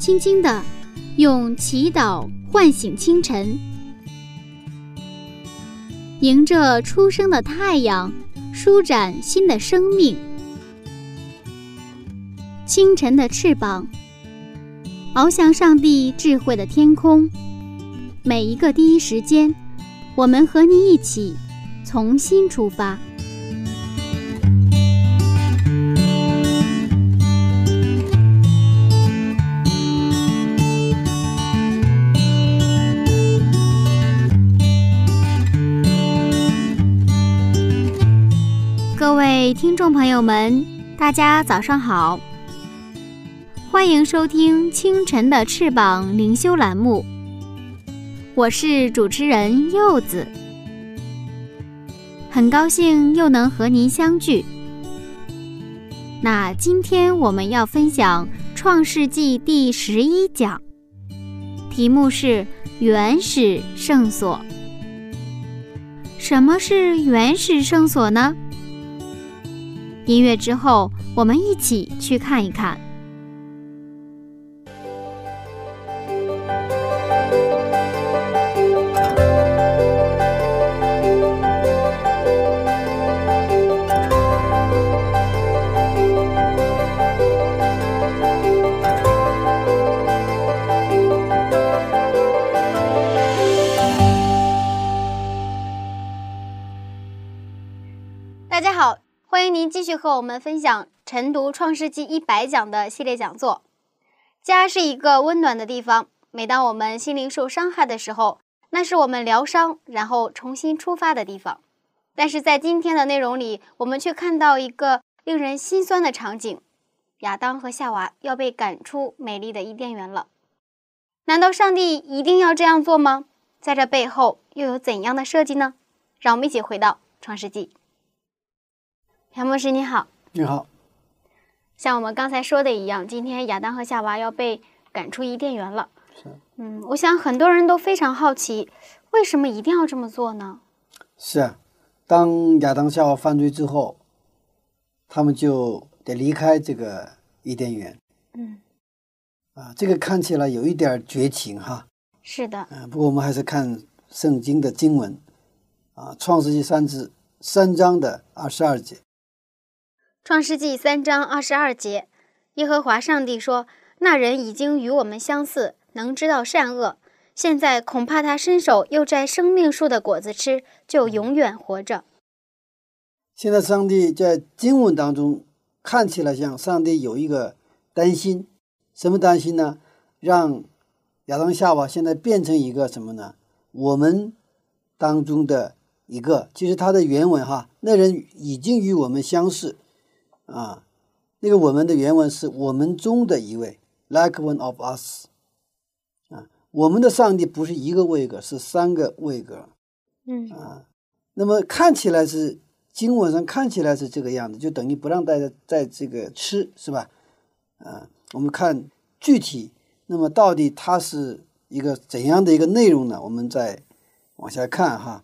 轻轻地用祈祷唤醒清晨，迎着初升的太阳，舒展新的生命。清晨的翅膀，翱翔上帝智慧的天空。每一个第一时间，我们和你一起重新出发。各位听众朋友们，大家早上好，欢迎收听清晨的翅膀灵修栏目，我是主持人柚子，很高兴又能和您相聚。那今天我们要分享创世纪第11讲，题目是原始圣所。什么是原始圣所呢？音乐之后，我们一起去看一看。大家好，欢迎您继续和我们分享晨读创世纪100讲的系列讲座。家是一个温暖的地方，每当我们心灵受伤害的时候，那是我们疗伤然后重新出发的地方。但是在今天的内容里，我们却看到一个令人心酸的场景，亚当和夏娃要被赶出美丽的伊甸园了。难道上帝一定要这样做吗？在这背后又有怎样的设计呢？让我们一起回到创世纪。杨牧师你好。 你好。 像我们刚才说的一样，今天亚当和夏娃要被赶出伊甸园了。我想很多人都非常好奇，为什么一定要这么做呢？ 是啊，当亚当夏娃犯罪之后，他们就得离开这个伊甸园。这个看起来有一点绝情哈。 是的。 不过我们还是看圣经的经文创世纪3章的22节。 创世纪3章22节，耶和华上帝说：那人已经与我们相似，能知道善恶，现在恐怕他伸手又摘生命树的果子吃，就永远活着。 现在上帝在经文当中看起来像上帝有一个担心，什么担心呢？让亚当夏娃现在变成一个什么呢？我们当中的一个，其实他的原文那人已经与我们相似那个我们的原文是我们中的一位 like one of us 我们的上帝不是一个位格，是3个位格那么看起来是经文上看起来是这个样子，就等于不让大家在这个吃，是吧？我们看具体，那么到底它是一个怎样的一个内容呢？我们再往下看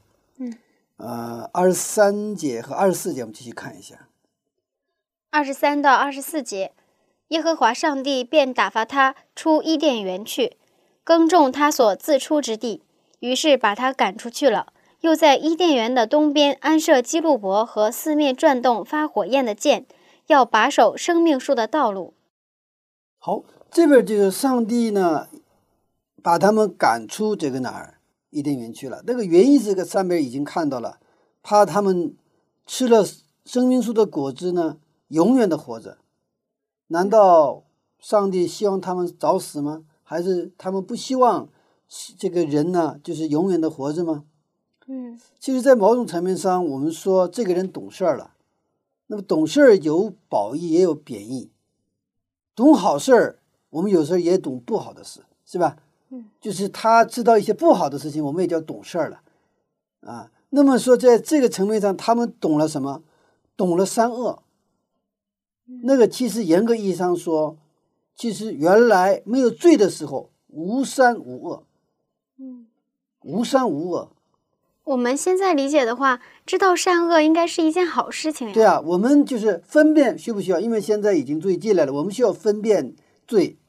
23节和24节我们继续看一下。 23到24节，耶和华上帝便打发他出伊甸园去，耕种他所自出之地，于是把他赶出去了。又在伊甸园的东边安设基路伯和四面转动发火焰的剑，要把守生命树的道路。 好，这边就是上帝呢把他们赶出这个哪儿伊甸园去了。那个原因这个上面已经看到了，怕他们吃了生命树的果子呢永远的活着。难道上帝希望他们早死吗？还是他们不希望这个人呢就是永远的活着吗？其实在某种层面上我们说这个人懂事了。那么懂事有褒义也有贬义，懂好事我们有时候也懂不好的事，是吧？就是他知道一些不好的事情，我们也叫懂事了那么说在这个层面上他们懂了什么？懂了善恶。那个其实严格意义上说，其实原来没有罪的时候无善无恶无善无恶。 我们现在理解的话，知道善恶应该是一件好事情呀。 对啊，我们就是分辨需不需要？因为现在已经罪进来了，我们需要分辨罪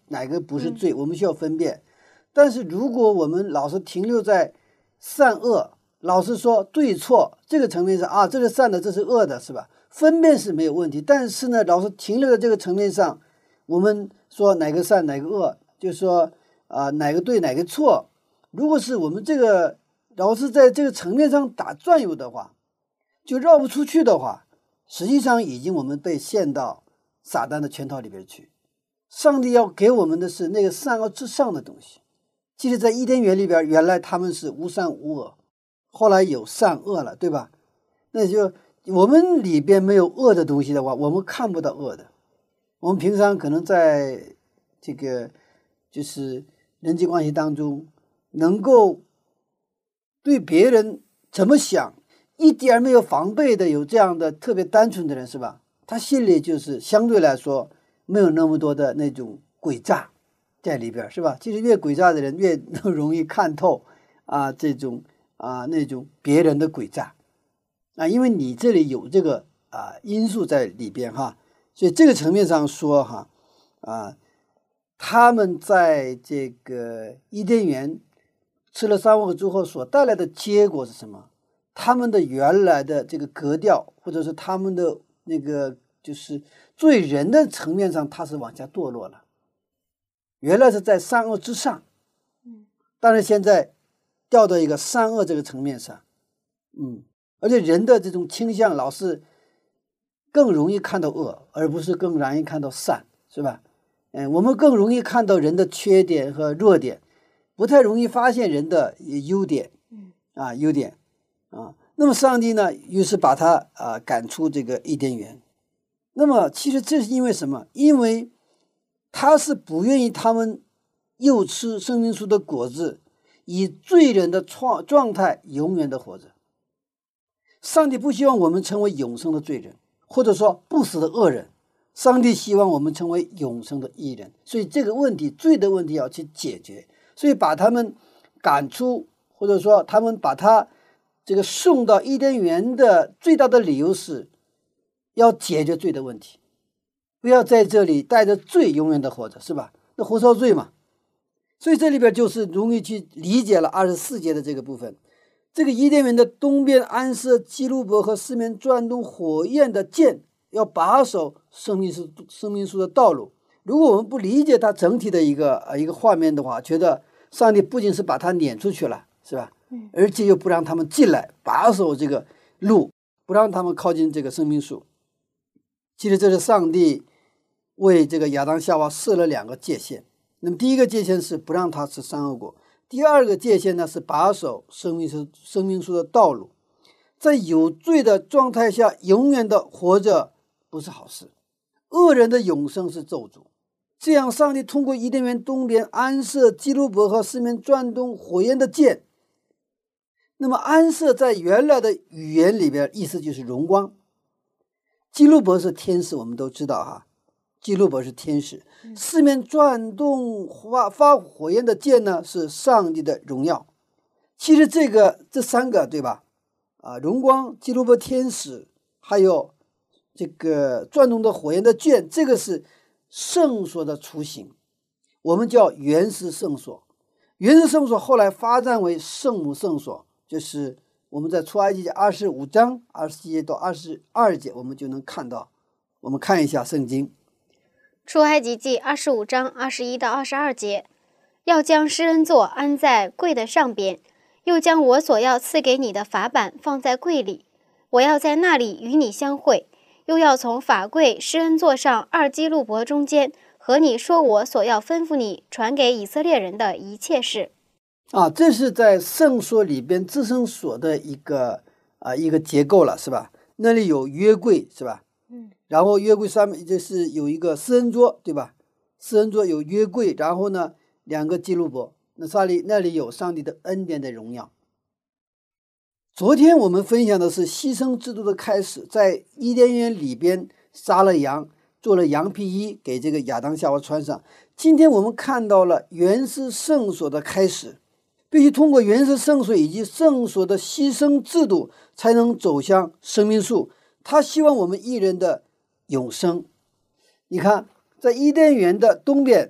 哪个不是罪，我们需要分辨。但是如果我们老是停留在善恶，老是说对错这个层面上啊，这是善的，这是恶的，是吧？分辨是没有问题，但是呢，老是停留在这个层面上，我们说哪个善哪个恶，就是说哪个对哪个错。如果是我们这个老是在这个层面上打转悠的话，就绕不出去的话，实际上已经我们被陷到撒旦的圈套里边去。上帝要给我们的是那个善恶至上的东西。其实在伊甸园里边，原来他们是无善无恶，后来有善恶了，对吧？那就我们里边没有恶的东西的话，我们看不到恶的。我们平常可能在这个就是人际关系当中，能够对别人怎么想一点没有防备的，有这样的特别单纯的人，是吧？他心里就是相对来说没有那么多的那种诡诈在里边，是吧？其实越诡诈的人越容易看透这种那种别人的诡诈因为你这里有这个因素在里边哈，所以这个层面上说哈他们在这个伊甸园吃了三恶之后所带来的结果是什么？他们的原来的这个格调，或者是他们的那个就是罪人的层面上，他是往下堕落了。原来是在善恶之上，但是现在掉到一个善恶这个层面上，而且人的这种倾向老是更容易看到恶，而不是更容易看到善，是吧？我们更容易看到人的缺点和弱点，不太容易发现人的优点优点那么上帝呢，于是把他赶出这个伊甸园。那么其实这是因为什么？因为他是不愿意他们又吃生命树的果子，以罪人的状态永远的活着。上帝不希望我们成为永生的罪人，或者说不死的恶人。上帝希望我们成为永生的义人，所以这个问题，罪的问题要去解决。所以把他们赶出，或者说他们把他这个送到伊甸园的最大的理由是要解决罪的问题，不要在这里带着罪永远的活着，是吧？那活受罪嘛。所以这里边就是容易去理解了24节的这个部分。这个伊甸园的东边安设基路伯和四面转动火焰的剑，要把守生命树的道路。如果我们不理解它整体的一个画面的话，觉得上帝不仅是把它撵出去了，是吧？而且又不让他们进来，把守这个路，不让他们靠近这个生命树。其实这是上帝为这个亚当夏娃设了2个界限。那么第一个界限是不让他吃善恶果，第二个界限呢是把守生命树的道路。在有罪的状态下永远的活着不是好事，恶人的永生是咒诅。这样上帝通过伊甸园东边安设基路伯和四面转动火焰的剑。那么安设在原来的语言里边意思就是荣光。基路伯是天使，我们都知道基路伯是天使。四面转动发火焰的剑呢是上帝的荣耀。其实这3个对吧？荣光、基路伯、天使，还有这个转动的火焰的剑，这个是圣所的雏形，我们叫原始圣所。原始圣所后来发展为圣母圣所，就是我们在出埃及记25章27节到22节我们就能看到。我们看一下圣经。 出埃及记25章21到22节，要将施恩座安在柜的上边，又将我所要赐给你的法版放在柜里，我要在那里与你相会，又要从法柜施恩座上2基路伯中间和你说我所要吩咐你传给以色列人的一切事。 这是在圣所里边至圣所的一个结构了，是吧？那里有约柜，是吧？然后约柜上面就是有一个施恩桌，对吧？施恩桌有约柜，然后呢2个基路伯，那里有上帝的恩典的荣耀。昨天我们分享的是牺牲制度的开始，在伊甸园里边杀了羊，做了羊皮衣给这个亚当夏娃穿上。今天我们看到了原始圣所的开始，必须通过原始圣所以及圣所的牺牲制度才能走向生命树。他希望我们一人的永生。你看在伊甸园的东边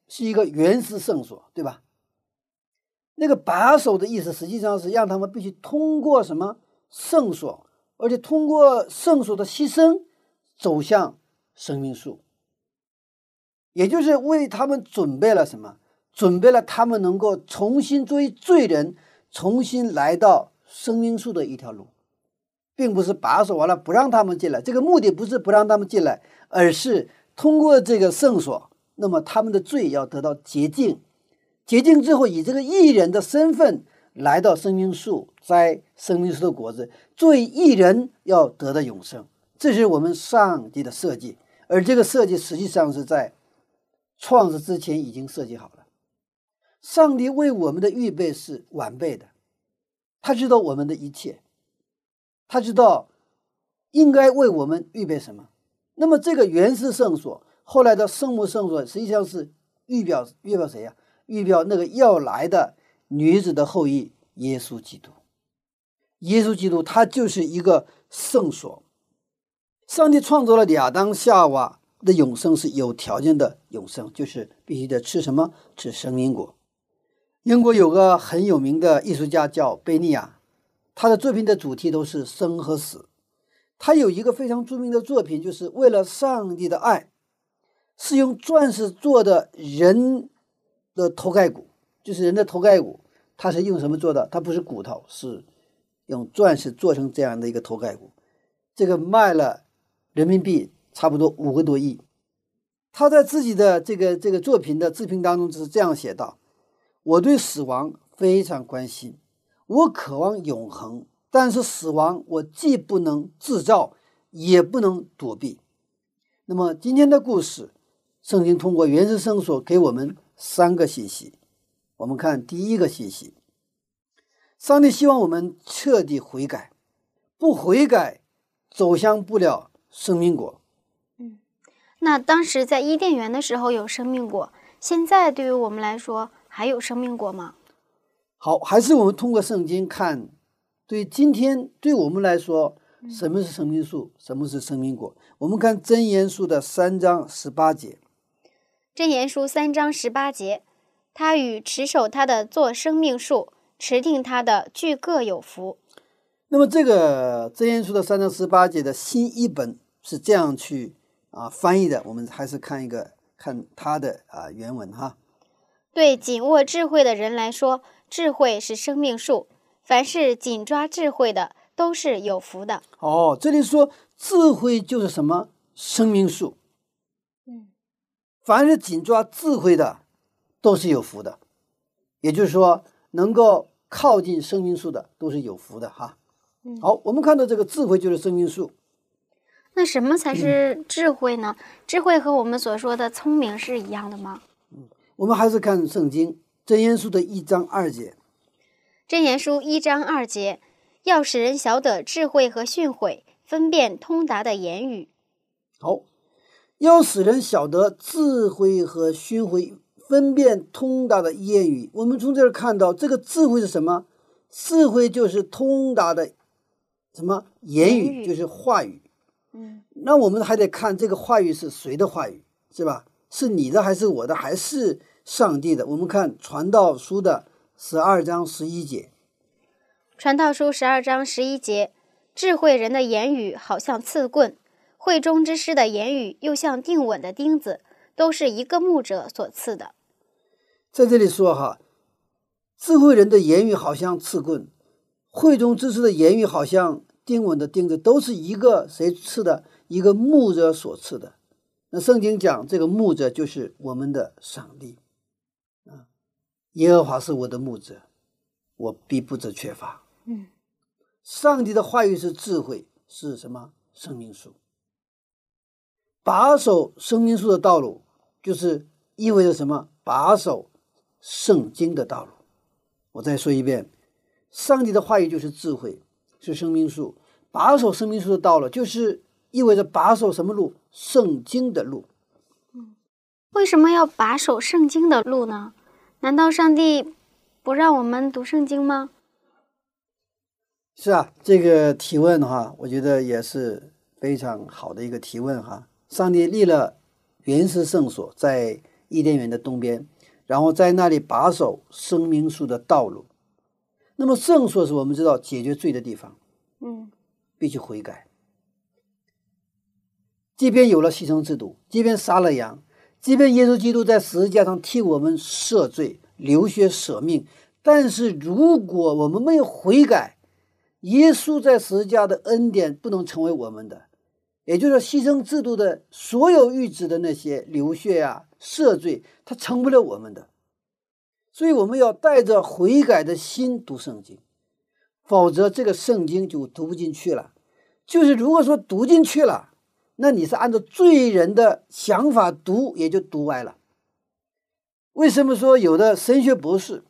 是一个原始圣所，对吧？那个把守的意思实际上是让他们必须通过什么圣所，而且通过圣所的牺牲走向生命树，也就是为他们准备了什么？准备了他们能够重新作为罪人重新来到生命树的一条路，并不是把守完了不让他们进来。这个目的不是不让他们进来，而是通过这个圣所，那么他们的罪要得到洁净，洁净之后以这个义人的身份来到生命树，摘生命树的果子，作为义人要得到永生。这是我们上帝的设计，而这个设计实际上是在创世之前已经设计好了。上帝为我们的预备是完备的，他知道我们的一切，他知道应该为我们预备什么。那么这个原始圣所后来的圣母圣所实际上是预表谁呀？预表那个要来的女子的后裔耶稣基督。耶稣基督他就是一个圣所。上帝创造了亚当夏娃的永生是有条件的永生，就是必须得吃什么？吃生命果。英国有个很有名的艺术家叫贝尼亚，他的作品的主题都是生和死。他有一个非常著名的作品，就是为了上帝的爱，是用钻石做的人的头盖骨，就是人的头盖骨，他是用什么做的？他不是骨头，是用钻石做成这样的一个头盖骨。这个卖了人民币差不多5个多亿。他在自己的这个作品的自评当中是这样写道：我对死亡非常关心，我渴望永恒，但是死亡我既不能制造，也不能躲避。那么今天的故事，圣经通过原始圣所给我们3个信息。我们看第一个信息，上帝希望我们彻底悔改，不悔改走向不了生命果。 那当时在伊甸园的时候有生命果，现在对于我们来说还有生命果吗？ 好，还是我们通过圣经看，对今天对我们来说，什么是生命树，什么是生命果？我们看箴言书的3章18节。 箴言书3章18节，他与持守他的作生命树，持定他的俱各有福。 那么这个箴言书的3章18节的新译本是这样去翻译的，我们还是看它的原文哈。 对紧握智慧的人来说，智慧是生命树，凡是紧抓智慧的都是有福的。 这里说智慧就是什么？生命树。凡是紧抓智慧的都是有福的，也就是说能够靠近生命树的都是有福的哈。好，我们看到这个智慧就是生命树。 那什么才是智慧呢？智慧和我们所说的聪明是一样的吗？ 我们还是看圣经箴言书的1章2节。 箴言书1章2节，要使人晓得智慧和训诲，分辨通达的言语。 好，要使人晓得智慧和训诲，分辨通达的言语。我们从这儿看到这个智慧是什么？智慧就是通达的什么？言语，就是话语。那我们还得看这个话语是谁的话语，是吧？是你的还是我的还是上帝的？我们看传道书的12章11节。 传道书12章11节，智慧人的言语好像刺棍，会中之师的言语又像钉稳的钉子，都是一个牧者所赐的。 在这里说哈，智慧人的言语好像刺棍，会中之师的言语好像钉稳的钉子，都是一个谁赐的？一个牧者所赐的。那圣经讲这个牧者就是我们的上帝耶和华是我的牧者，我必不致缺乏。上帝的话语是智慧，是什么？生命树。把守生命树的道路，就是意味着什么？把守圣经的道路。我再说一遍，上帝的话语就是智慧，是生命树。把守生命树的道路，就是意味着把守什么路？圣经的路。 为什么要把守圣经的路呢？难道上帝不让我们读圣经吗？ 是啊，这个提问我觉得也是非常好的一个提问哈。上帝立了原始圣所，在伊甸园的东边，然后在那里把守生命树的道路。那么圣所是我们知道解决罪的地方，必须悔改。即便有了牺牲制度，即便杀了羊，即便耶稣基督在十字架上替我们赦罪流血舍命，但是如果我们没有悔改，耶稣在十字架的恩典不能成为我们的，也就是说牺牲制度的所有预指的那些流血赦罪，它成不了我们的。所以我们要带着悔改的心读圣经，否则这个圣经就读不进去了。就是如果说读进去了，那你是按照罪人的想法读，也就读歪了。为什么说有的神学博士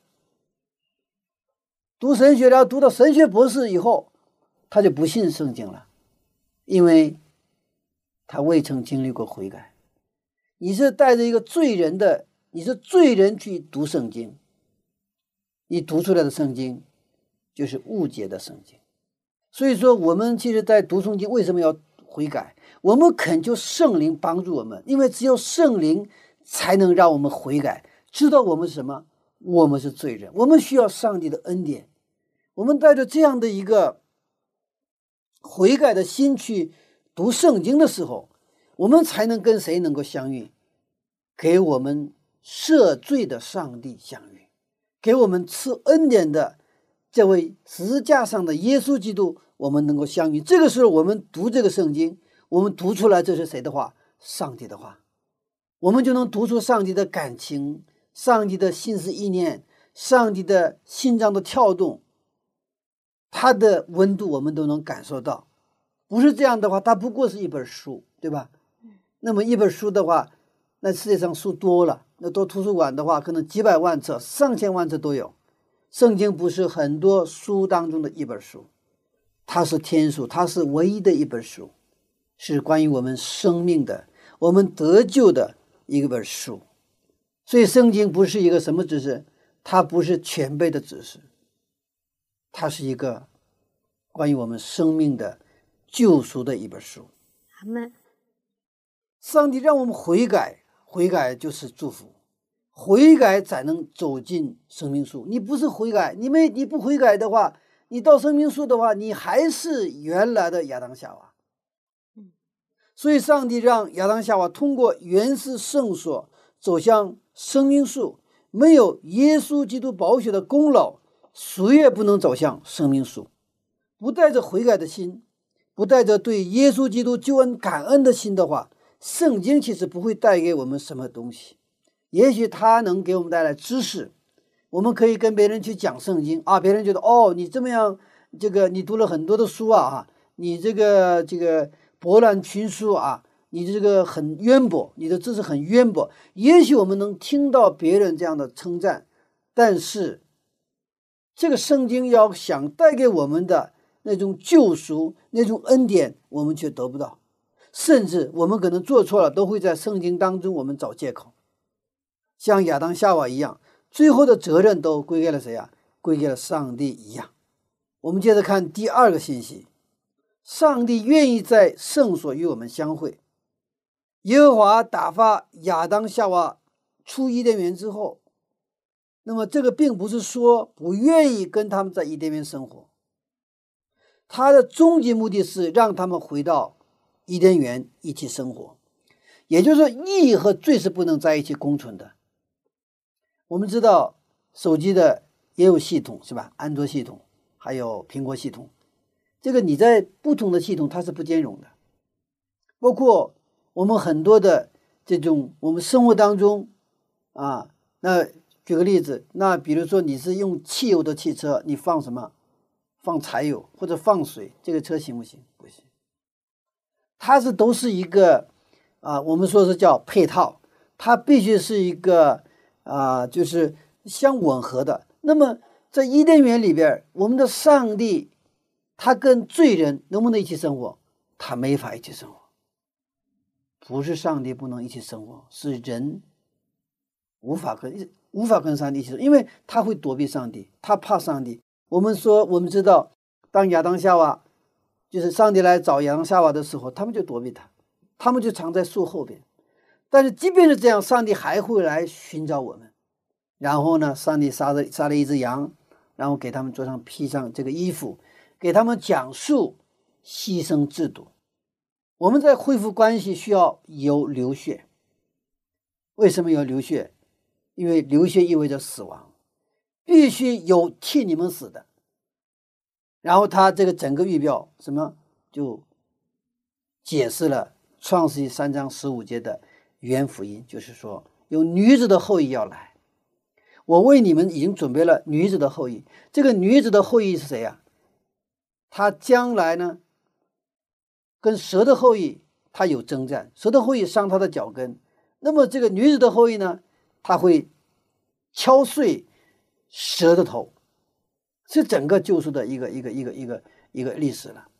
读神学，然后读到神学博士以后，他就不信圣经了，因为他未曾经历过悔改。你是带着一个罪人的，你是罪人去读圣经，你读出来的圣经就是误解的圣经。所以说我们其实在读圣经为什么要悔改？我们恳求圣灵帮助我们，因为只有圣灵才能让我们悔改，知道我们是什么，我们是罪人，我们需要上帝的恩典。我们带着这样的一个悔改的心去读圣经的时候，我们才能跟谁能够相遇？给我们赦罪的上帝相遇，给我们赐恩典的这位十字架上的耶稣基督，我们能够相遇。这个时候我们读这个圣经，我们读出来这是谁的话？上帝的话，我们就能读出上帝的感情，上帝的心思意念，上帝的心脏的跳动，它的温度我们都能感受到。不是这样的话，它不过是一本书，对吧？那么一本书的话，那世界上书多了，那多图书馆的话可能几百万册上千万册都有。圣经不是很多书当中的一本书，它是天书，它是唯一的一本书，是关于我们生命的，我们得救的一本书。所以圣经不是一个什么知识，它不是全备的知识，它是一个关于我们生命的救赎的一本书。 阿们。 上帝让我们悔改，悔改就是祝福，悔改才能走进生命树。你不是悔改，你不悔改的话，你到生命树的话，你还是原来的亚当夏娃。所以上帝让亚当夏娃通过原始圣所走向生命树，没有耶稣基督宝血的功劳，谁也不能走向生命树。不带着悔改的心，不带着对耶稣基督救恩感恩的心的话，圣经其实不会带给我们什么东西。也许它能给我们带来知识，我们可以跟别人去讲圣经别人觉得你这么样，你读了很多的书你这个博览群书你这个很渊博，你的知识很渊博。也许我们能听到别人这样的称赞，但是这个圣经要想带给我们的那种救赎，那种恩典，我们却得不到。甚至我们可能做错了，都会在圣经当中我们找借口，像亚当夏娃一样，最后的责任都归给了谁归给了上帝一样。我们接着看第二个信息，上帝愿意在圣所与我们相会。耶和华打发亚当夏娃出伊甸园之后，那么这个并不是说不愿意跟他们在伊甸园生活，他的终极目的是让他们回到伊甸园一起生活。也就是说，义和罪是不能在一起共存的。我们知道手机的也有系统，是吧？安卓系统还有苹果系统，这个你在不同的系统它是不兼容的。包括我们很多的这种我们生活当中那举个例子，那比如说你是用汽油的汽车，你放什么？放柴油或者放水，这个车行不行？不行。它都是一个我们说是叫配套，它必须是一个就是相吻合的。那么在伊甸园里边，我们的上帝他跟罪人能不能一起生活？他没法一起生活。不是上帝不能一起生活，是人无法跟上帝一起生活，因为他会躲避上帝，他怕上帝。我们知道，当亚当夏娃就是上帝来找亚当夏娃的时候，他们就躲避他，他们就藏在树后边。 但是即便是这样，上帝还会来寻找我们。然后呢，上帝杀了一只羊，然后给他们桌上披上这个衣服，给他们讲述牺牲制度。我们在恢复关系需要有流血。为什么要流血？因为流血意味着死亡，必须有替你们死的。然后他这个整个预表什么就解释了创世记3章15节的原福音，就是说有女子的后裔要来，我为你们已经准备了女子的后裔。这个女子的后裔是谁呀？他将来呢跟蛇的后裔他有征战，蛇的后裔伤他的脚跟，那么这个女子的后裔呢，他会敲碎蛇的头，是整个救赎的一个历史了。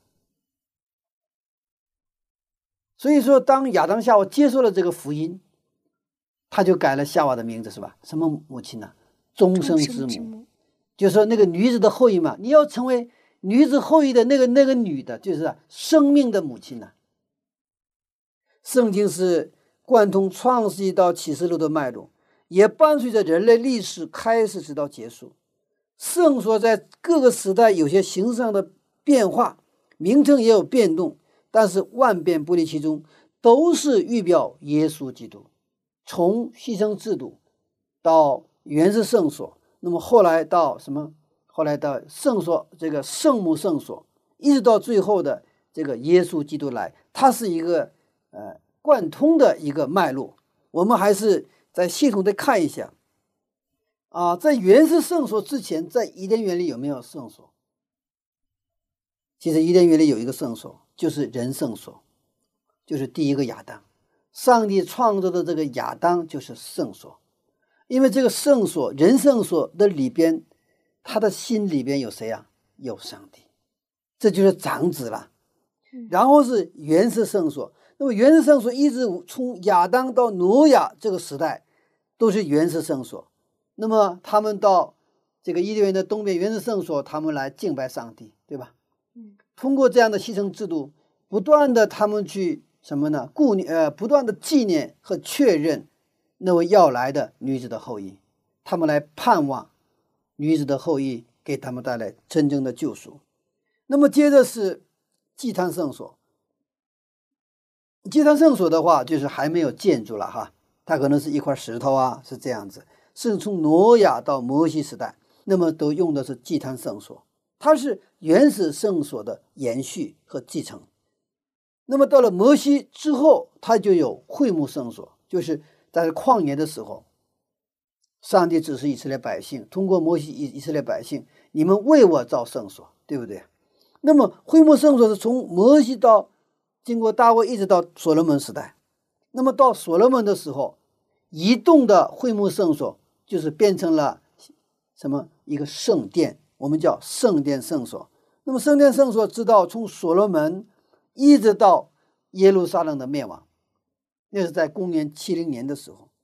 所以说当亚当夏娃接受了这个福音，他就改了夏娃的名字，是吧？什么母亲呢？终生之母。就是说那个女子的后裔嘛，你要成为女子后裔的那个女的，就是生命的母亲呢。圣经是贯通创世纪到启示录的脉络，也伴随着人类历史开始直到结束。圣所在各个时代有些形式上的变化，名称也有变动，但是万变不离其中，都是预表耶稣基督。从牺牲制度到原始圣所，那么后来到什么？后来到圣所，这个圣母圣所，一直到最后的这个耶稣基督来，它是一个贯通的一个脉络。我们还是再系统的看一下在原始圣所之前，在伊甸园里有没有圣所？其实伊甸园里有一个圣所，就是人圣所，就是第一个亚当。上帝创造的这个亚当就是圣所，因为这个圣所人圣所的里边，他的心里边有谁啊？有上帝，这就是长子了。然后是原始圣所，那么原始圣所一直从亚当到挪亚这个时代都是原始圣所。那么他们到这个伊甸园的东边原始圣所，他们来敬拜上帝，对吧？通过这样的牺牲制度，不断的他们去什么呢？不断的纪念和确认那位要来的女子的后裔，他们来盼望女子的后裔给他们带来真正的救赎。那么接着是祭坛圣所。祭坛圣所的话，就是还没有建筑了哈，它可能是一块石头啊，是这样子。是从挪亚到摩西时代，那么都用的是祭坛圣所，它是原始圣所的延续和继承。那么到了摩西之后，它就有会幕圣所，就是在旷野的时候，上帝指示以色列百姓，通过摩西以色列百姓，你们为我造圣所，对不对？那么会幕圣所是从摩西到经过大卫一直到所罗门时代。那么到所罗门的时候，移动的会幕圣所就是变成了什么？一个圣殿，我们叫圣殿圣所。那么圣殿圣所直到从所罗门一直到耶路撒冷的灭亡，那是在公元70年的时候。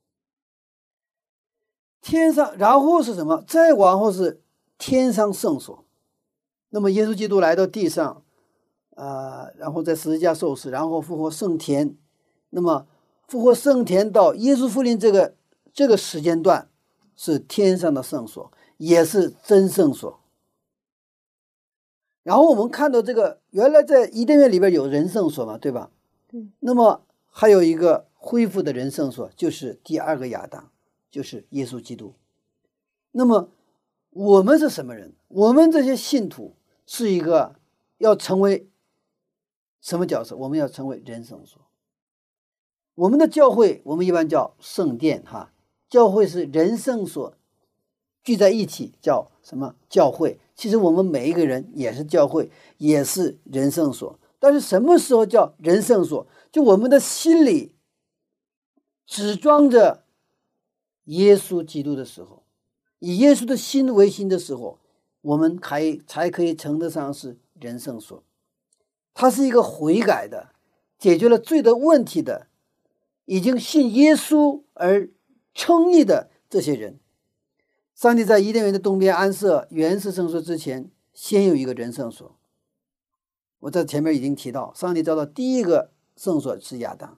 天上，然后是什么？再往后是天上圣所。那么耶稣基督来到地上然后在十字架受死，然后复活升天。那么复活升天到耶稣复临这个时间段是天上的圣所，也是真圣所。然后我们看到这个原来在伊甸园里边有人圣所嘛，对吧？那么还有一个恢复的人圣所，就是第二个亚当，就是耶稣基督。那么我们是什么人？我们这些信徒是一个要成为什么角色？我们要成为人圣所。我们的教会我们一般叫圣殿哈，教会是人圣所聚在一起叫什么？教会。其实我们每一个人也是教会，也是人圣所。但是什么时候叫人圣所？就我们的心里只装着耶稣基督的时候，以耶稣的心为心的时候，我们才可以称得上是人圣所。它是一个悔改的，解决了罪的问题的，已经信耶稣而称义的这些人。上帝在伊甸园的东边安设原始圣所之前，先有一个人圣所。我在前面已经提到，上帝造的第一个圣所是亚当，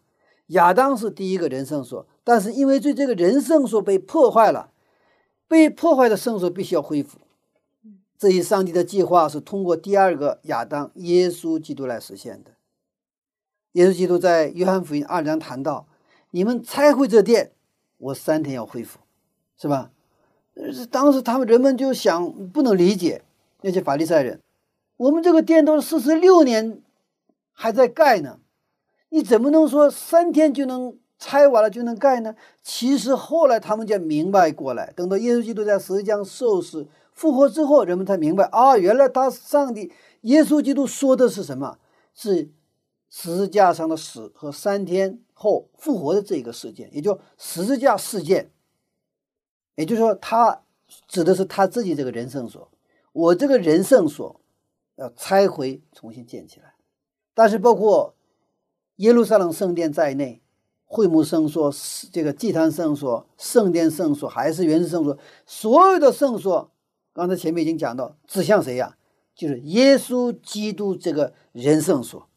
亚当是第一个人圣所，但是因为对这个人圣所被破坏了，被破坏的圣所必须要恢复。这一上帝的计划是通过第二个亚当耶稣基督来实现的。耶稣基督在约翰福音2章谈到，你们拆毁这殿，我3天要恢复，是吧？当时人们就想，不能理解那些法利赛人，我们这个殿都是46年还在盖呢，你怎么能说3天就能拆完了就能盖呢？其实后来他们就明白过来，等到耶稣基督在十字架上受死复活之后，人们才明白啊，原来上帝耶稣基督说的是什么？是十字架上的死和3天后复活的这个事件，也就十字架事件。也就是说，他指的是他自己这个人圣所，我这个人圣所要拆毁重新建起来。但是包括耶路撒冷圣殿在内，会幕圣所、这个祭坛圣所、圣殿圣所还是原始圣所，所有的圣所刚才前面已经讲到，指向谁呀？就是耶稣基督这个人圣所。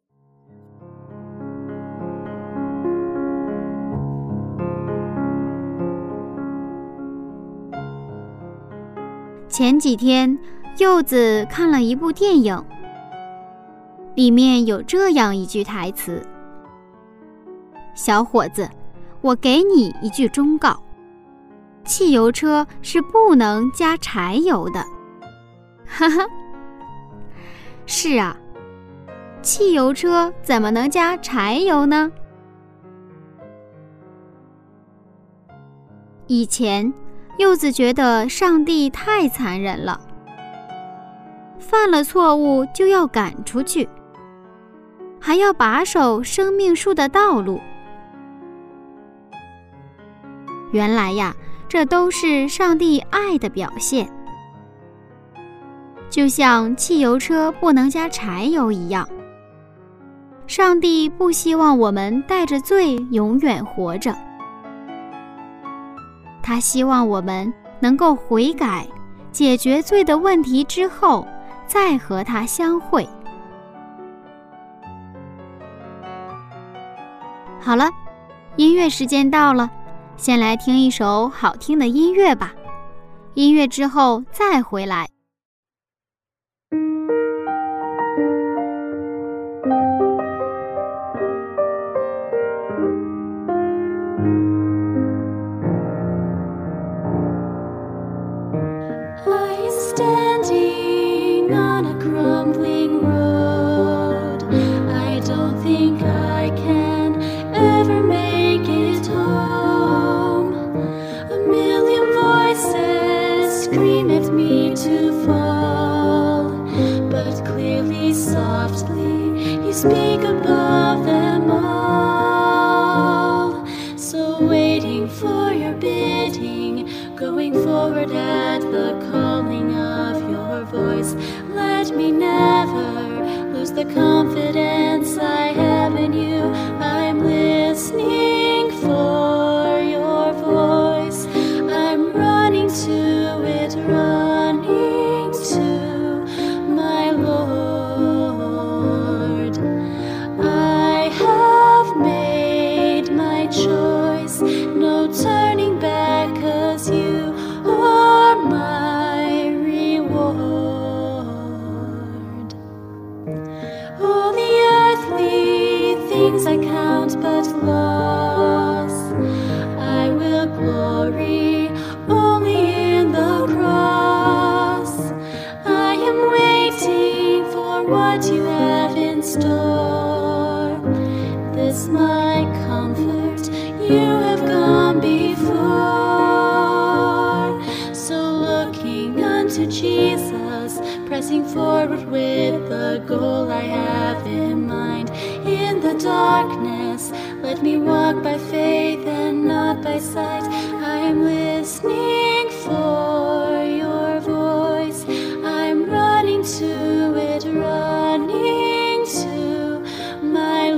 前几天，柚子看了一部电影，里面有这样一句台词：小伙子，我给你一句忠告，汽油车是不能加柴油的。哈哈，是啊，汽油车怎么能加柴油呢？以前柚子觉得上帝太残忍了，犯了错误就要赶出去，还要把守生命树的道路。原来呀，这都是上帝爱的表现，就像汽油车不能加柴油一样，上帝不希望我们带着罪永远活着，他希望我们能够悔改，解决罪的问题之后，再和他相会。好了，音乐时间到了，先来听一首好听的音乐吧。音乐之后再回来。 Standing on a crumbling road, I don't think I can ever make it home. A million voices scream at me to fall, but clearly, softly, you speak above them all. So waiting for your bidding, going forward at the calling of your voice, let me never lose the confidence I have in you. I'm listening for your voice, I'm running to it, running to my Lord. I have made my choice, no turning back, 'cause you are my reward. All the earthly things I count but loss, I will glory only in the cross. I am waiting for what you have in store. This my comfort, you have gone before. So looking unto Jesus, pressing forward with the goal I have in mind. In the darkness, let me walk by faith and not by sight. I'm listening for your voice, I'm running to it, running to my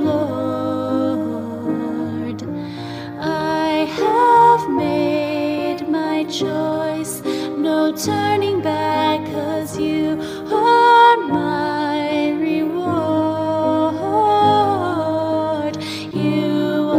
Lord. I have made my choice, no turning back, 'cause you are my reward. You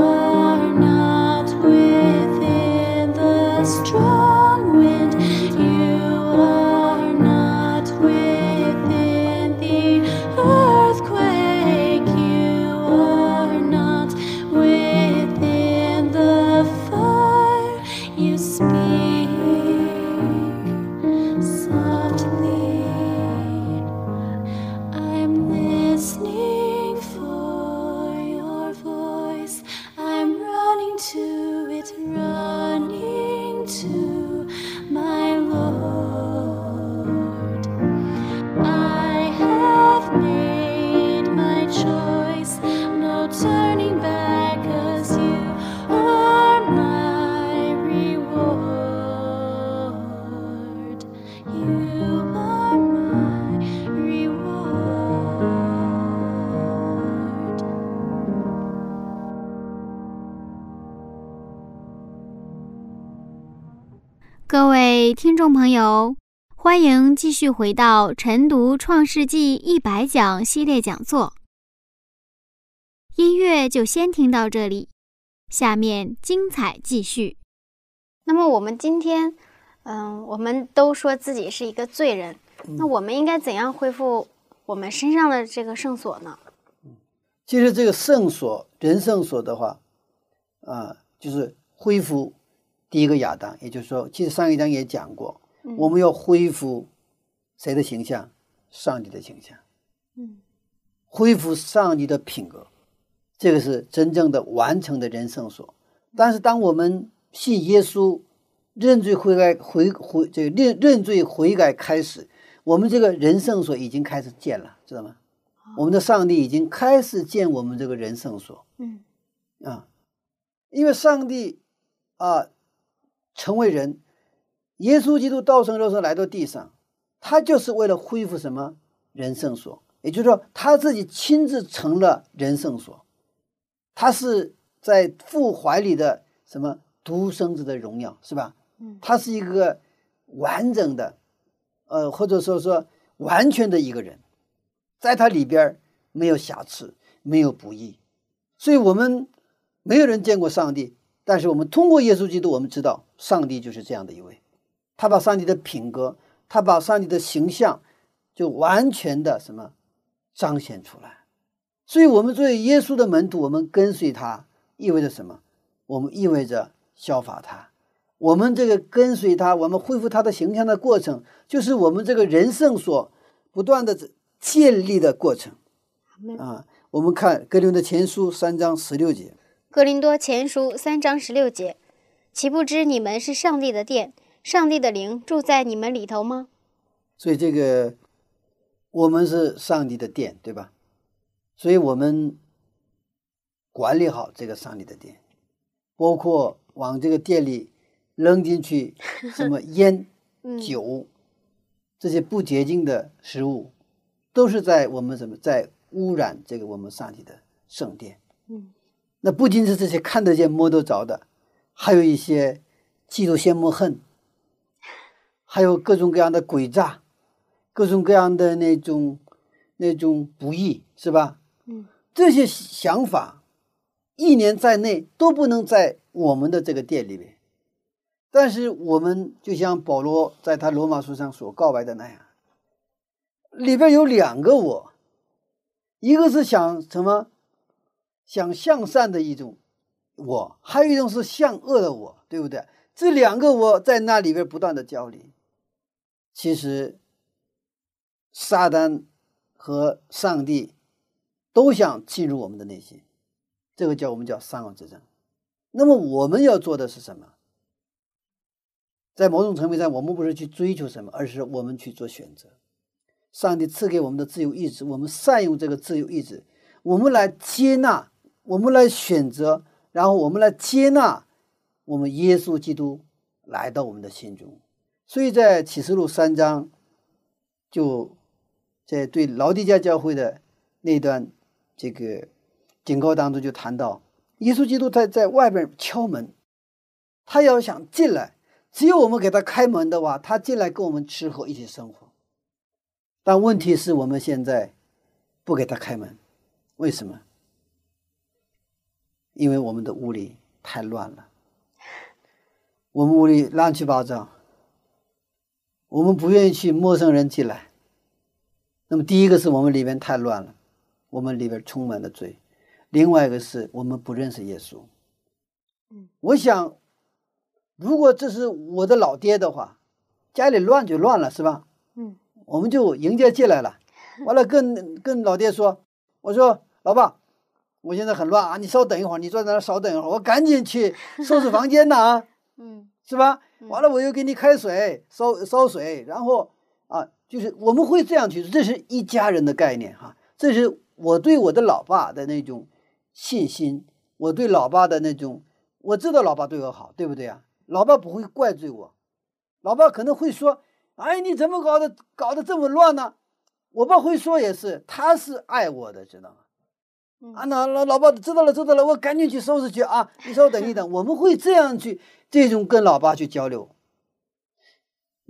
各位听众朋友，欢迎继续回到晨读创世纪100讲系列讲座。音乐就先听到这里，下面精彩继续。那么我们今天，我们都说自己是一个罪人，那我们应该怎样恢复我们身上的这个圣所呢？ 其实这个圣所，人圣所的话，就是恢复第一个亚当，也就是说，其实上一章也讲过，我们要恢复谁的形象？上帝的形象，恢复上帝的品格，这个是真正的完成的人圣所。但是当我们信耶稣，认罪悔改，认罪悔改开始，我们这个人圣所已经开始建了，知道吗？我们的上帝已经开始建我们这个人圣所。因为上帝成为人，耶稣基督道成肉身来到地上，他就是为了恢复什么？人圣所。也就是说，他自己亲自成了人圣所，他是在父怀里的什么独生子的荣耀，是吧？他是一个完整的或者说完全的一个人，在他里边没有瑕疵，没有不义。所以我们没有人见过上帝，但是我们通过耶稣基督，我们知道上帝就是这样的一位，他把上帝的品格，他把上帝的形象就完全的什么彰显出来。所以我们作为耶稣的门徒，我们跟随他意味着什么？我们意味着效法他。我们这个跟随他，我们恢复他的形象的过程，就是我们这个人圣所不断的建立的过程。我们看哥林多前书3章16节。 哥林多前书3章16节，岂不知你们是上帝的殿，上帝的灵住在你们里头吗？ 所以这个我们是上帝的殿，对吧？所以我们管理好这个上帝的殿，包括往这个殿里扔进去什么烟酒这些不洁净的食物，都是在我们在污染这个我们上帝的圣殿。那不仅是这些看得见摸得着的，还有一些嫉妒羡慕恨，还有各种各样的诡诈，各种各样的那种不义，是吧？这些想法一年在内都不能在我们的这个殿里面。但是我们就像保罗在他罗马书上所告白的那样，里边有2个我，一个是想向善的一种我，还有一种是向恶的我，对不对？这2个我在那里边不断的交离。其实撒旦和上帝都想进入我们的内心，这个我们叫三恶之争。那么我们要做的是什么？在某种层面上，我们不是去追求什么，而是我们去做选择。上帝赐给我们的自由意志，我们善用这个自由意志，我们来接纳，我们来选择，然后我们来接纳我们耶稣基督来到我们的心中。所以在启示录3章，就在对老底嘉教会的那段这个警告当中就谈到，耶稣基督在外边敲门，他要想进来，只有我们给他开门的话，他进来跟我们吃喝一起生活。但问题是我们现在不给他开门，为什么？因为我们的屋里太乱了，我们屋里乱七八糟，我们不愿意去陌生人进来。那么第一个是我们里面太乱了，我们里边充满了罪，另外一个是我们不认识耶稣。我想如果这是我的老爹的话，家里乱就乱了，是吧？我们就迎接进来了，完了跟老爹说，我说老爸，我现在很乱啊，你稍等一会儿，你坐在那稍等一会儿，我赶紧去收拾房间呢，是吧？完了我又给你开水，烧水，然后就是我们会这样去，这是一家人的概念哈，这是我对我的老爸的那种信心，我对老爸的那种，我知道老爸对我好，对不对啊？老爸不会怪罪我，老爸可能会说，哎，你怎么搞得这么乱呢？我爸会说也是，他是爱我的，知道吗？那老爸知道了，我赶紧去收拾去啊！你稍等一等，我们会这样去，这种跟老爸去交流。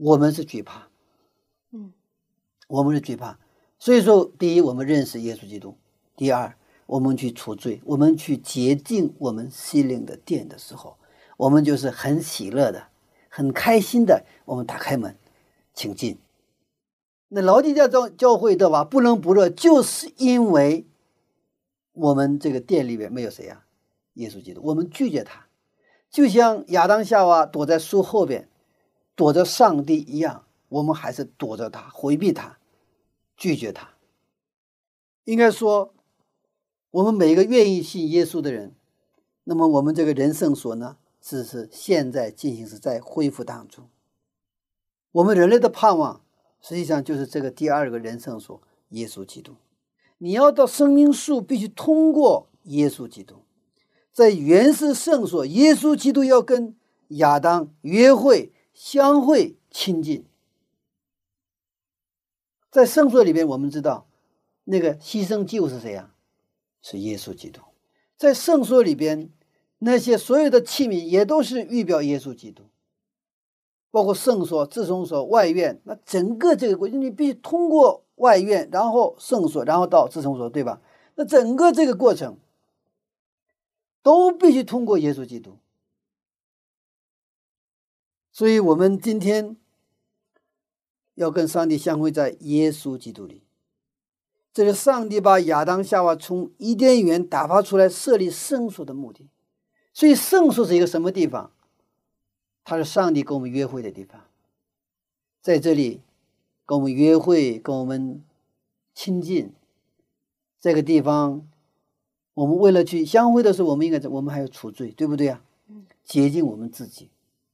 我们是惧怕，我们是惧怕。所以说，第一，我们认识耶稣基督；第二，我们去除罪，我们去洁净我们心灵的殿的时候，我们就是很喜乐的、很开心的，我们打开门，请进。那老底嘉教会的话不冷不热，就是因为我们这个殿里面没有谁啊？耶稣基督，我们拒绝他，就像亚当夏娃躲在树后边，躲着上帝一样，我们还是躲着他，回避他，拒绝他。应该说，我们每一个愿意信耶稣的人，那么我们这个人圣所呢，是现在进行时，在恢复当中。我们人类的盼望实际上就是这个第二个人圣所，耶稣基督。你要到生命树，必须通过耶稣基督。在原始圣所，耶稣基督要跟亚当约会、相会、亲近。在圣所里边，我们知道那个牺牲祭物是谁啊？是耶稣基督。在圣所里边，那些所有的器皿也都是预表耶稣基督，包括圣所、至圣所、外院，那整个这个过程你必须通过外院，然后圣所，然后到至圣所，对吧？那整个这个过程都必须通过耶稣基督。所以我们今天要跟上帝相会在耶稣基督里。这是上帝把亚当夏娃从伊甸园打发出来设立圣所的目的。所以圣所是一个什么地方？它是上帝跟我们约会的地方，在这里跟我们约会，跟我们亲近。这个地方我们为了去相会的时候，我们还要除罪，对不对啊？洁净我们自己。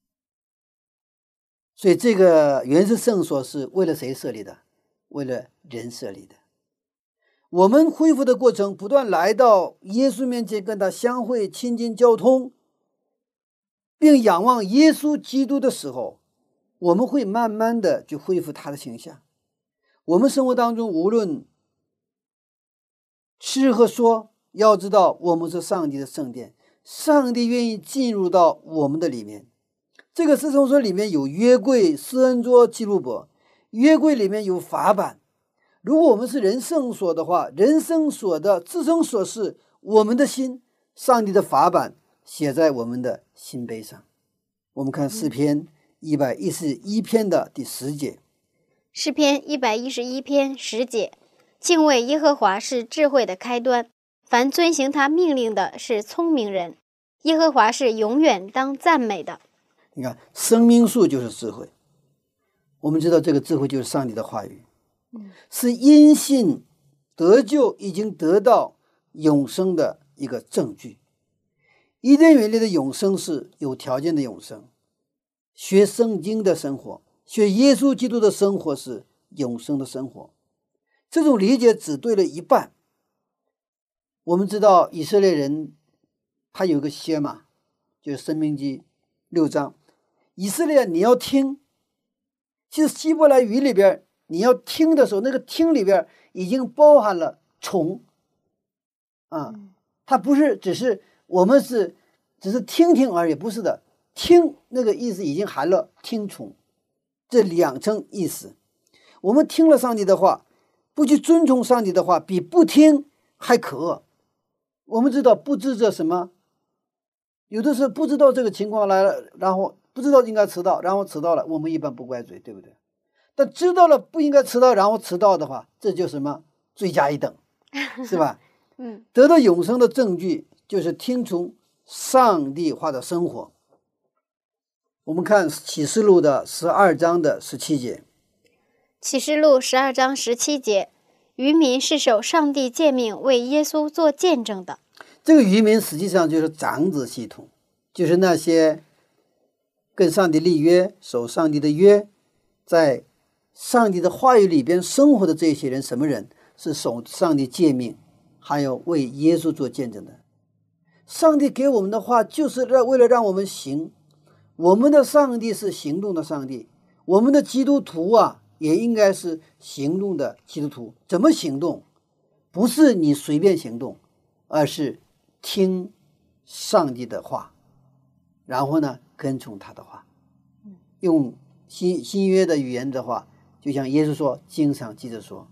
所以这个原始圣所是为了谁设立的？为了人设立的。我们恢复的过程，不断来到耶稣面前，跟他相会、亲近、交通，并仰望耶稣基督的时候，我们会慢慢的去恢复他的形象。我们生活当中无论吃和说，要知道我们是上帝的圣殿，上帝愿意进入到我们的里面。这个至圣所里面有约柜、施恩桌、记录簿，约柜里面有法版。如果我们是人圣所的话，人圣所的至圣所是我们的心，上帝的法版写在我们的心碑上。我们看诗篇111篇的第10节。 诗篇111篇10节，敬畏耶和华是智慧的开端，凡遵行他命令的是聪明人。耶和华是永远当赞美的。 你看，生命树就是智慧。我们知道这个智慧就是上帝的话语，是因信得救，已经得到永生的一个证据。伊甸园里的永生是有条件的永生，学圣经的生活，学耶稣基督的生活是永生的生活。这种理解只对了一半。我们知道以色列人他有个歇嘛，就是申命记6章，以色列你要听。其实希伯来语里边你要听的时候，那个听里边已经包含了从它不是只是我们只是听听而已，不是的。听那个意思已经含了听从，这两层意思。我们听了上帝的话，不去遵从上帝的话，比不听还可恶。我们知道不知这什么，有的时候不知道这个情况来了，然后不知道应该迟到，然后迟到了，我们一般不怪罪，对不对？但知道了不应该迟到，然后迟到的话，这就什么罪加一等，是吧？得到永生的证据就是听从上帝话的生活。我们看启示录的12章的17节。 启示录12章17节，渔民是守上帝诫命为耶稣做见证的。 这个渔民实际上就是长子系统，就是那些跟上帝立约、守上帝的约，在上帝的话语里边生活的这些人。什么人是守上帝诫命还有为耶稣做见证的？上帝给我们的话就是为了让我们行。我们的上帝是行动的上帝，我们的基督徒也应该是行动的基督徒。怎么行动？不是你随便行动，而是听上帝的话，然后呢跟从他的话，用新约的语言的话，就像耶稣说，经常记着说，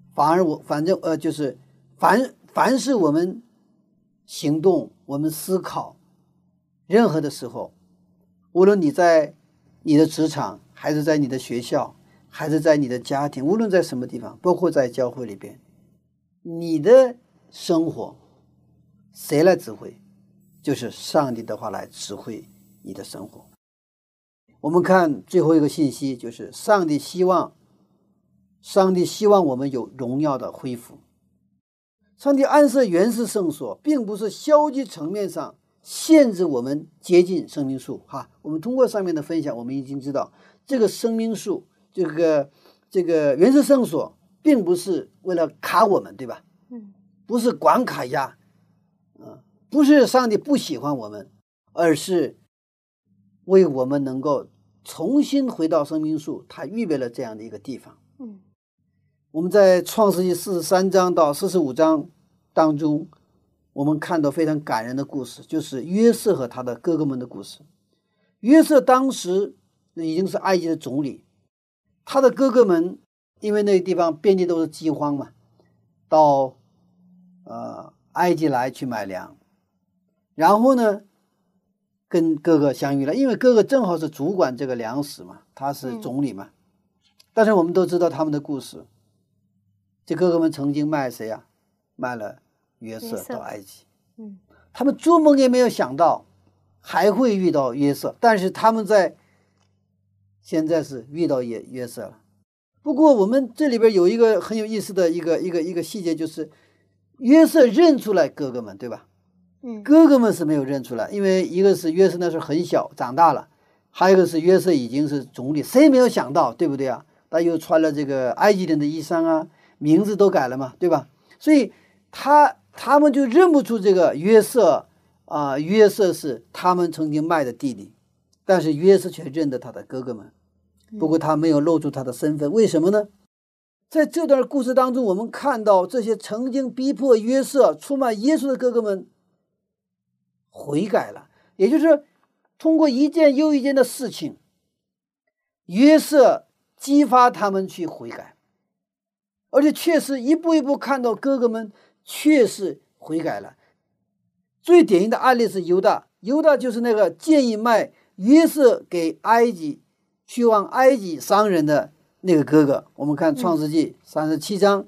就是凡是我们行动，我们思考，任何的时候，无论你在你的职场，还是在你的学校，还是在你的家庭，无论在什么地方，包括在教会里边，你的生活谁来指挥？就是上帝的话来指挥你的生活。我们看最后一个信息，就是上帝希望我们有荣耀的恢复。上帝安设原始圣所，并不是消极层面上限制我们接近生命树哈。我们通过上面的分享，我们已经知道这个生命树，这个原始圣所，并不是为了卡我们，对吧？不是管卡压，不是上帝不喜欢我们，而是为我们能够重新回到生命树，他预备了这样的一个地方。我们在创世纪43章到45章当中，我们看到非常感人的故事，就是约瑟和他的哥哥们的故事。约瑟当时已经是埃及的总理，他的哥哥们因为那个地方遍地都是饥荒嘛，到埃及来去买粮，然后呢跟哥哥相遇了，因为哥哥正好是主管这个粮食嘛，他是总理嘛。但是我们都知道他们的故事，这哥哥们曾经卖谁啊？卖了约瑟到埃及。他们做梦也没有想到还会遇到约瑟，但是他们现在是遇到约瑟了。不过我们这里边有一个很有意思的一个细节，就是约瑟认出来哥哥们，对吧？哥哥们是没有认出来，因为一个是约瑟那时候很小长大了，还有一个是约瑟已经是总理，谁没有想到，对不对啊？他又穿了这个埃及人的衣裳啊，名字都改了嘛，对吧？所以他们就认不出这个约瑟啊，约瑟是他们曾经卖的弟弟，但是约瑟却认得他的哥哥们。不过他没有露出他的身份，为什么呢？在这段故事当中，我们看到这些曾经逼迫约瑟出卖耶稣的哥哥们悔改了，也就是通过一件又一件的事情，约瑟激发他们去悔改，而且确实一步一步看到哥哥们确实悔改了。最典型的案例是犹大就是那个建议卖约瑟给埃及去往埃及商人的那个哥哥。我们看创世纪37章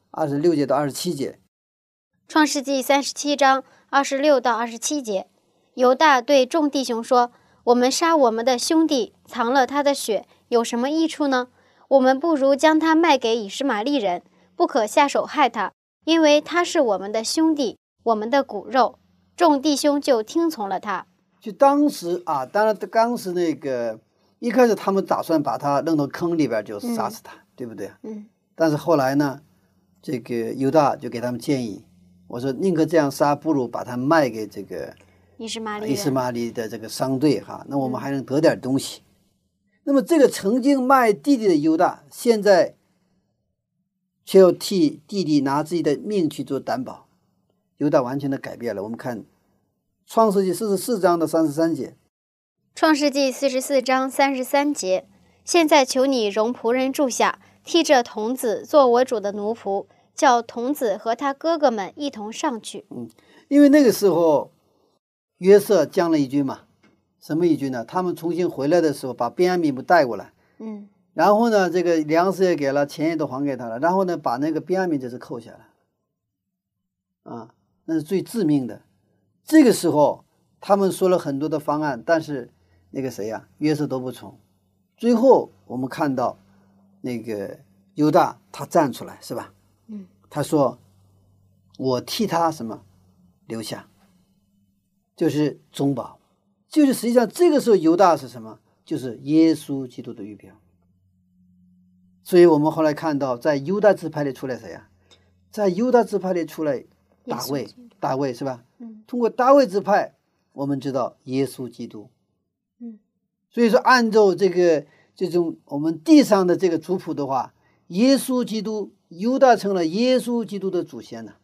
26节到27节。 创世纪37章26到27节，犹大对众弟兄说：我们杀我们的兄弟，藏了他的血，有什么益处呢？我们不如将他卖给以实玛利人，不可下手害他，因为他是我们的兄弟，我们的骨肉。众弟兄就听从了他。 就当时当然当时那个一开始他们打算把他扔到坑里边就杀死他，对不对？但是后来呢，这个犹大就给他们建议，我说宁可这样杀，不如把他卖给这个以实玛利的这个商队哈，那我们还能得点东西。那么这个曾经卖弟弟的犹大，现在却要替弟弟拿自己的命去做担保，犹大完全的改变了。我们看创世纪44章的33节。 创世纪44章33节，现在求你容仆人住下，替这童子做我主的奴仆，叫童子和他哥哥们一同上去。 因为那个时候约瑟将了一军嘛，什么一军呢？他们重新回来的时候，把便雅悯不带过来，然后呢，这个粮食也给了，钱也都还给他了，然后呢，把那个便雅悯就是扣下来，那是最致命的。这个时候，他们说了很多的方案，但是那个谁呀，约瑟都不从。最后我们看到那个犹大他站出来，是吧？他说：“我替他什么留下，就是中保。”就是实际上这个时候犹大是什么？就是耶稣基督的预表。所以我们后来看到，在犹大支派里出来谁呀？在犹大支派里出来大卫是吧？通过大卫支派，我们知道耶稣基督。所以说，按照这种我们地上的这个族谱的话，耶稣基督，犹大成了耶稣基督的祖先了。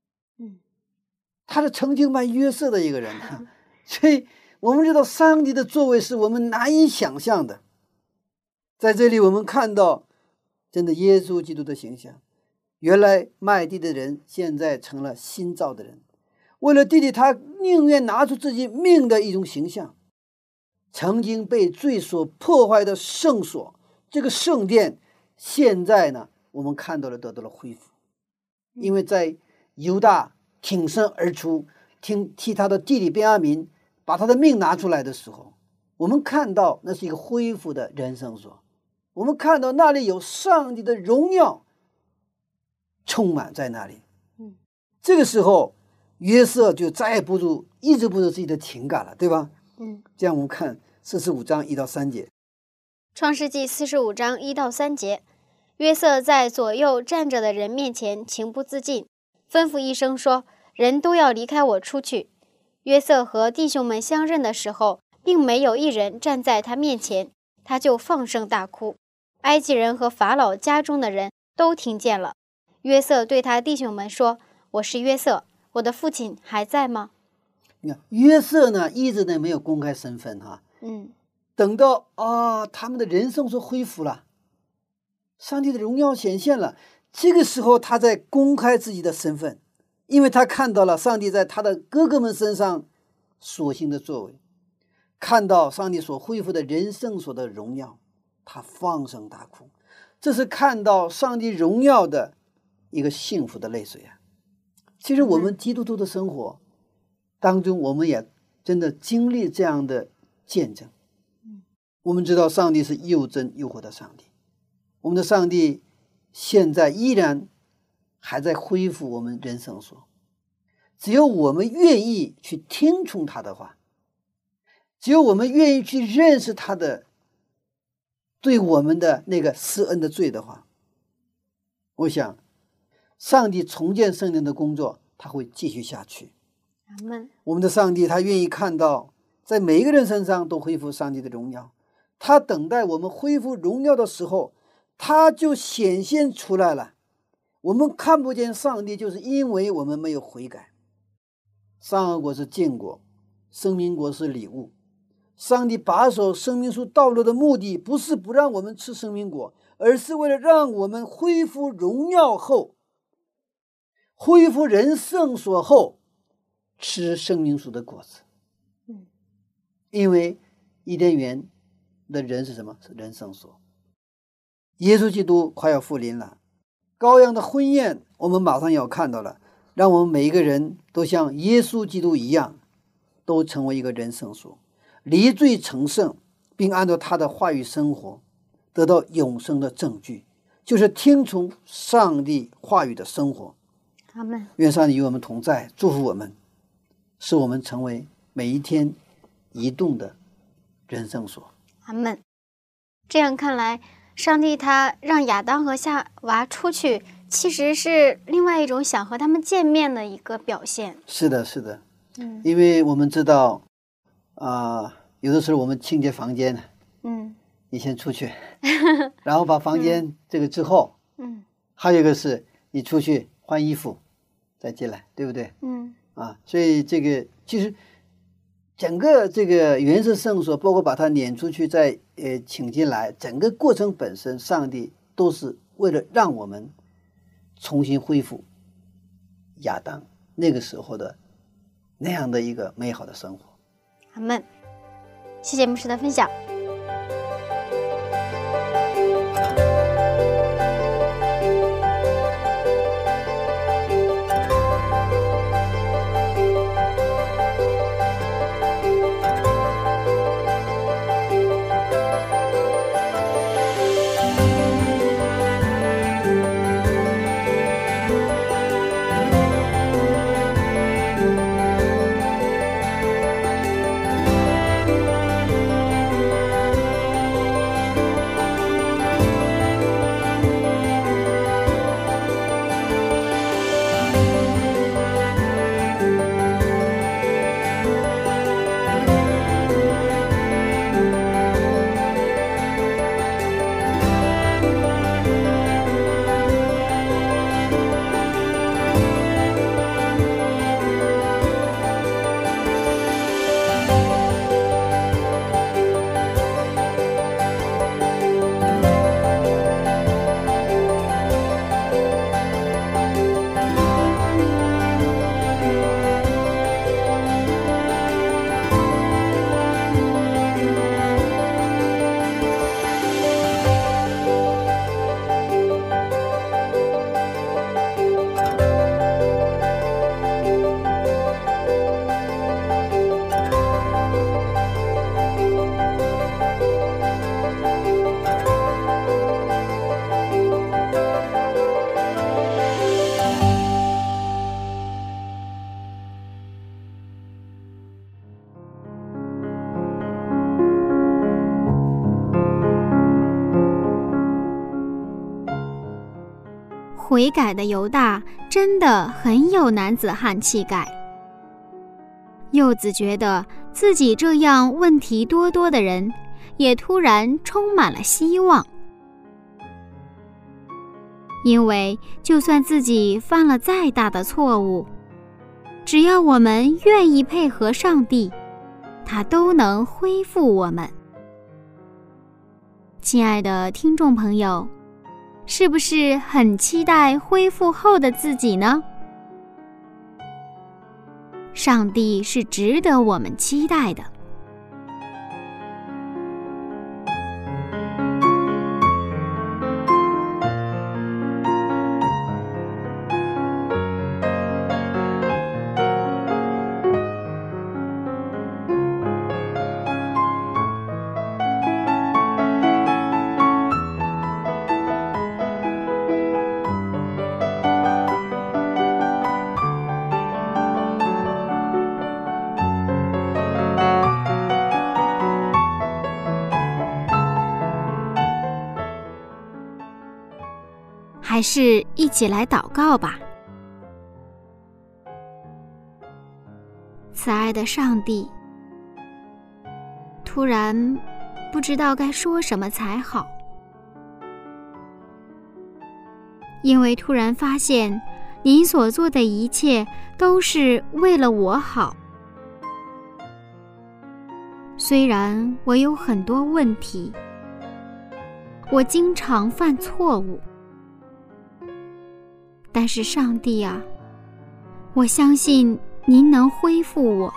他是曾经卖约瑟的一个人，所以我们知道上帝的作为是我们难以想象的。 在这里我们看到真的耶稣基督的形象。原来卖地的人现在成了新造的人，为了弟弟他宁愿拿出自己命的一种形象。曾经被罪所破坏的圣所，这个圣殿现在呢，我们看到了得到了恢复。因为在犹大挺身而出替他的弟弟便雅悯把他的命拿出来的时候，我们看到那是一个恢复的人圣所，我们看到那里有上帝的荣耀充满在那里。这个时候约瑟就再也抑制不住自己的情感了，对吧？这样我们看45章1到3节。 创世纪45章1到3节，约瑟在左右站着的人面前情不自禁，吩咐一声说：“人都要离开我出去。”约瑟和弟兄们相认的时候，并没有一人站在他面前，他就放声大哭。埃及人和法老家中的人都听见了。约瑟对他弟兄们说：“我是约瑟，我的父亲还在吗？” 你看约瑟呢，一直呢没有公开身份哈。等到他们的人生所恢复了，上帝的荣耀显现了，这个时候他在公开自己的身份，因为他看到了上帝在他的哥哥们身上所行的作为，看到上帝所恢复的人圣所的荣耀，他放声大哭。这是看到上帝荣耀的一个幸福的泪水啊！其实我们基督徒的生活当中，我们也真的经历这样的见证。我们知道上帝是又真又活的上帝，我们的上帝现在依然还在恢复我们人生所。只有我们愿意去听从他的话，只有我们愿意去认识他的对我们的那个施恩的罪的话，我想上帝重建圣灵的工作他会继续下去。我们的上帝他愿意看到在每一个人身上都恢复上帝的荣耀，他等待我们恢复荣耀的时候，他就显现出来了。我们看不见上帝，就是因为我们没有悔改。善恶果是禁果，生命果是礼物。上帝把守生命树道路的目的，不是不让我们吃生命果，而是为了让我们恢复荣耀后，恢复人圣所后，吃生命树的果子。因为伊甸园的人是什么？是人圣所。耶稣基督快要复临了，羔羊的婚宴我们马上要看到了，让我们每一个人都像耶稣基督一样，都成为一个人圣所，离罪成圣，并按照他的话语生活，得到永生的证据，就是听从上帝话语的生活。 阿们。 愿上帝与我们同在，祝福我们，使我们成为每一天移动的人圣所。 阿们。这样看来，上帝他让亚当和夏娃出去，其实是另外一种想和他们见面的一个表现。 是的，是的。因为我们知道有的时候我们清洁房间，你先出去然后把房间这个之后，还有一个是你出去换衣服再进来，对不对？所以这个其实整个这个原始圣所，包括把它撵出去再请进来，整个过程本身，上帝都是为了让我们重新恢复亚当那个时候的那样的一个美好的生活。 阿们。谢谢牧师的分享。 悔改的犹大真的很有男子汉气概。柚子觉得自己这样问题多多的人，也突然充满了希望。因为就算自己犯了再大的错误，只要我们愿意配合上帝，他都能恢复我们。亲爱的听众朋友，是不是很期待恢复后的自己呢？上帝是值得我们期待的。还是一起来祷告吧。慈爱的上帝，突然不知道该说什么才好，因为突然发现您所做的一切都是为了我好。虽然我有很多问题，我经常犯错误，但是上帝啊，我相信您能恢复我。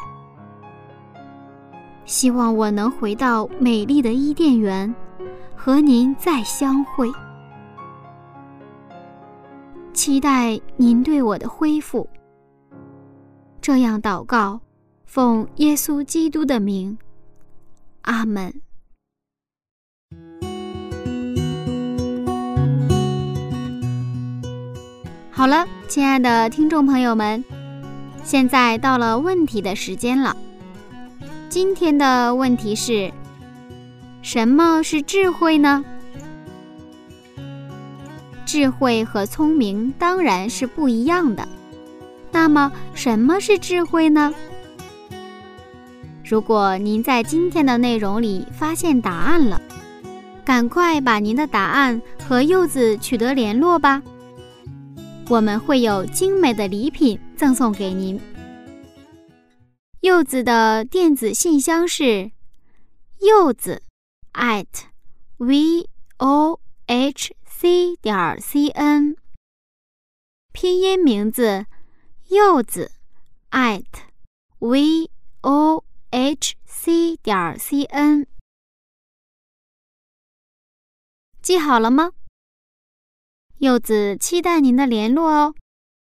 希望我能回到美丽的伊甸园，和您再相会。期待您对我的恢复。这样祷告，奉耶稣基督的名，阿们。好了，亲爱的听众朋友们，现在到了问题的时间了。今天的问题是：什么是智慧呢？智慧和聪明当然是不一样的。那么，什么是智慧呢？如果您在今天的内容里发现答案了，赶快把您的答案和柚子取得联络吧。我们会有精美的礼品赠送给您。柚子的电子信箱是柚子@vohc.cn， 拼音名字柚子@vohc.cn， 记好了吗？柚子期待您的联络哦。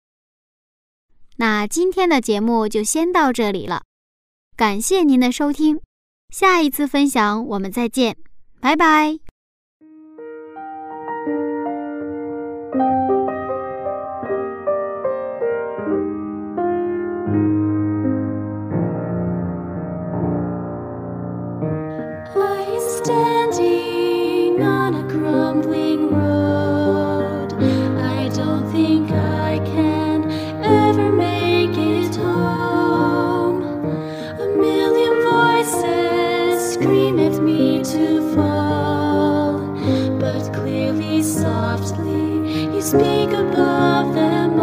那今天的节目就先到这里了，感谢您的收听，下一次分享我们再见，拜拜。 Standing on a crumbling road, I don't think I can ever make it home. A million voices scream at me to fall, but clearly, softly, you speak above them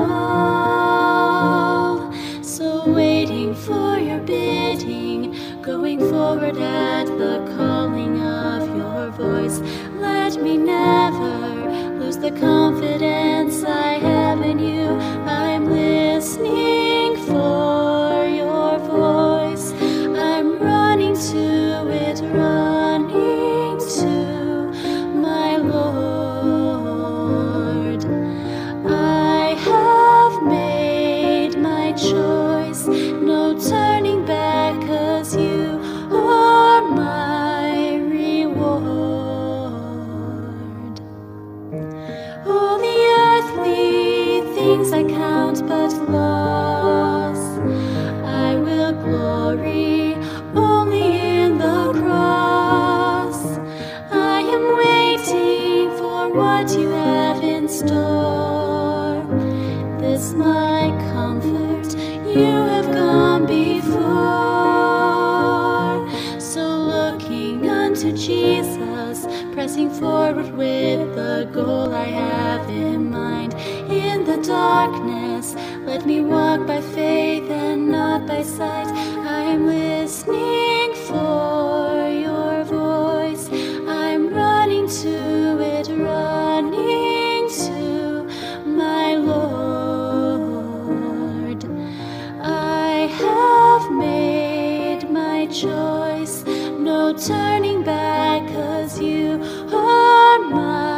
all. So waiting for your bidding, going forward at the calling of your voice, let me never lose the confidence I have in you. I'm listening for your voice, I'm running to it, running to my Lord. I have made my choice, no turning back, 'cause you are my reward. All the earthly things I count but loss, I will glory only in pressing forward with the goal I have in mind. In the darkness, let me walk by faith and not by sight. I'm listening for your voice. I'm running to it, running to my Lord. I have made my choice, no turning back, 'cause you are my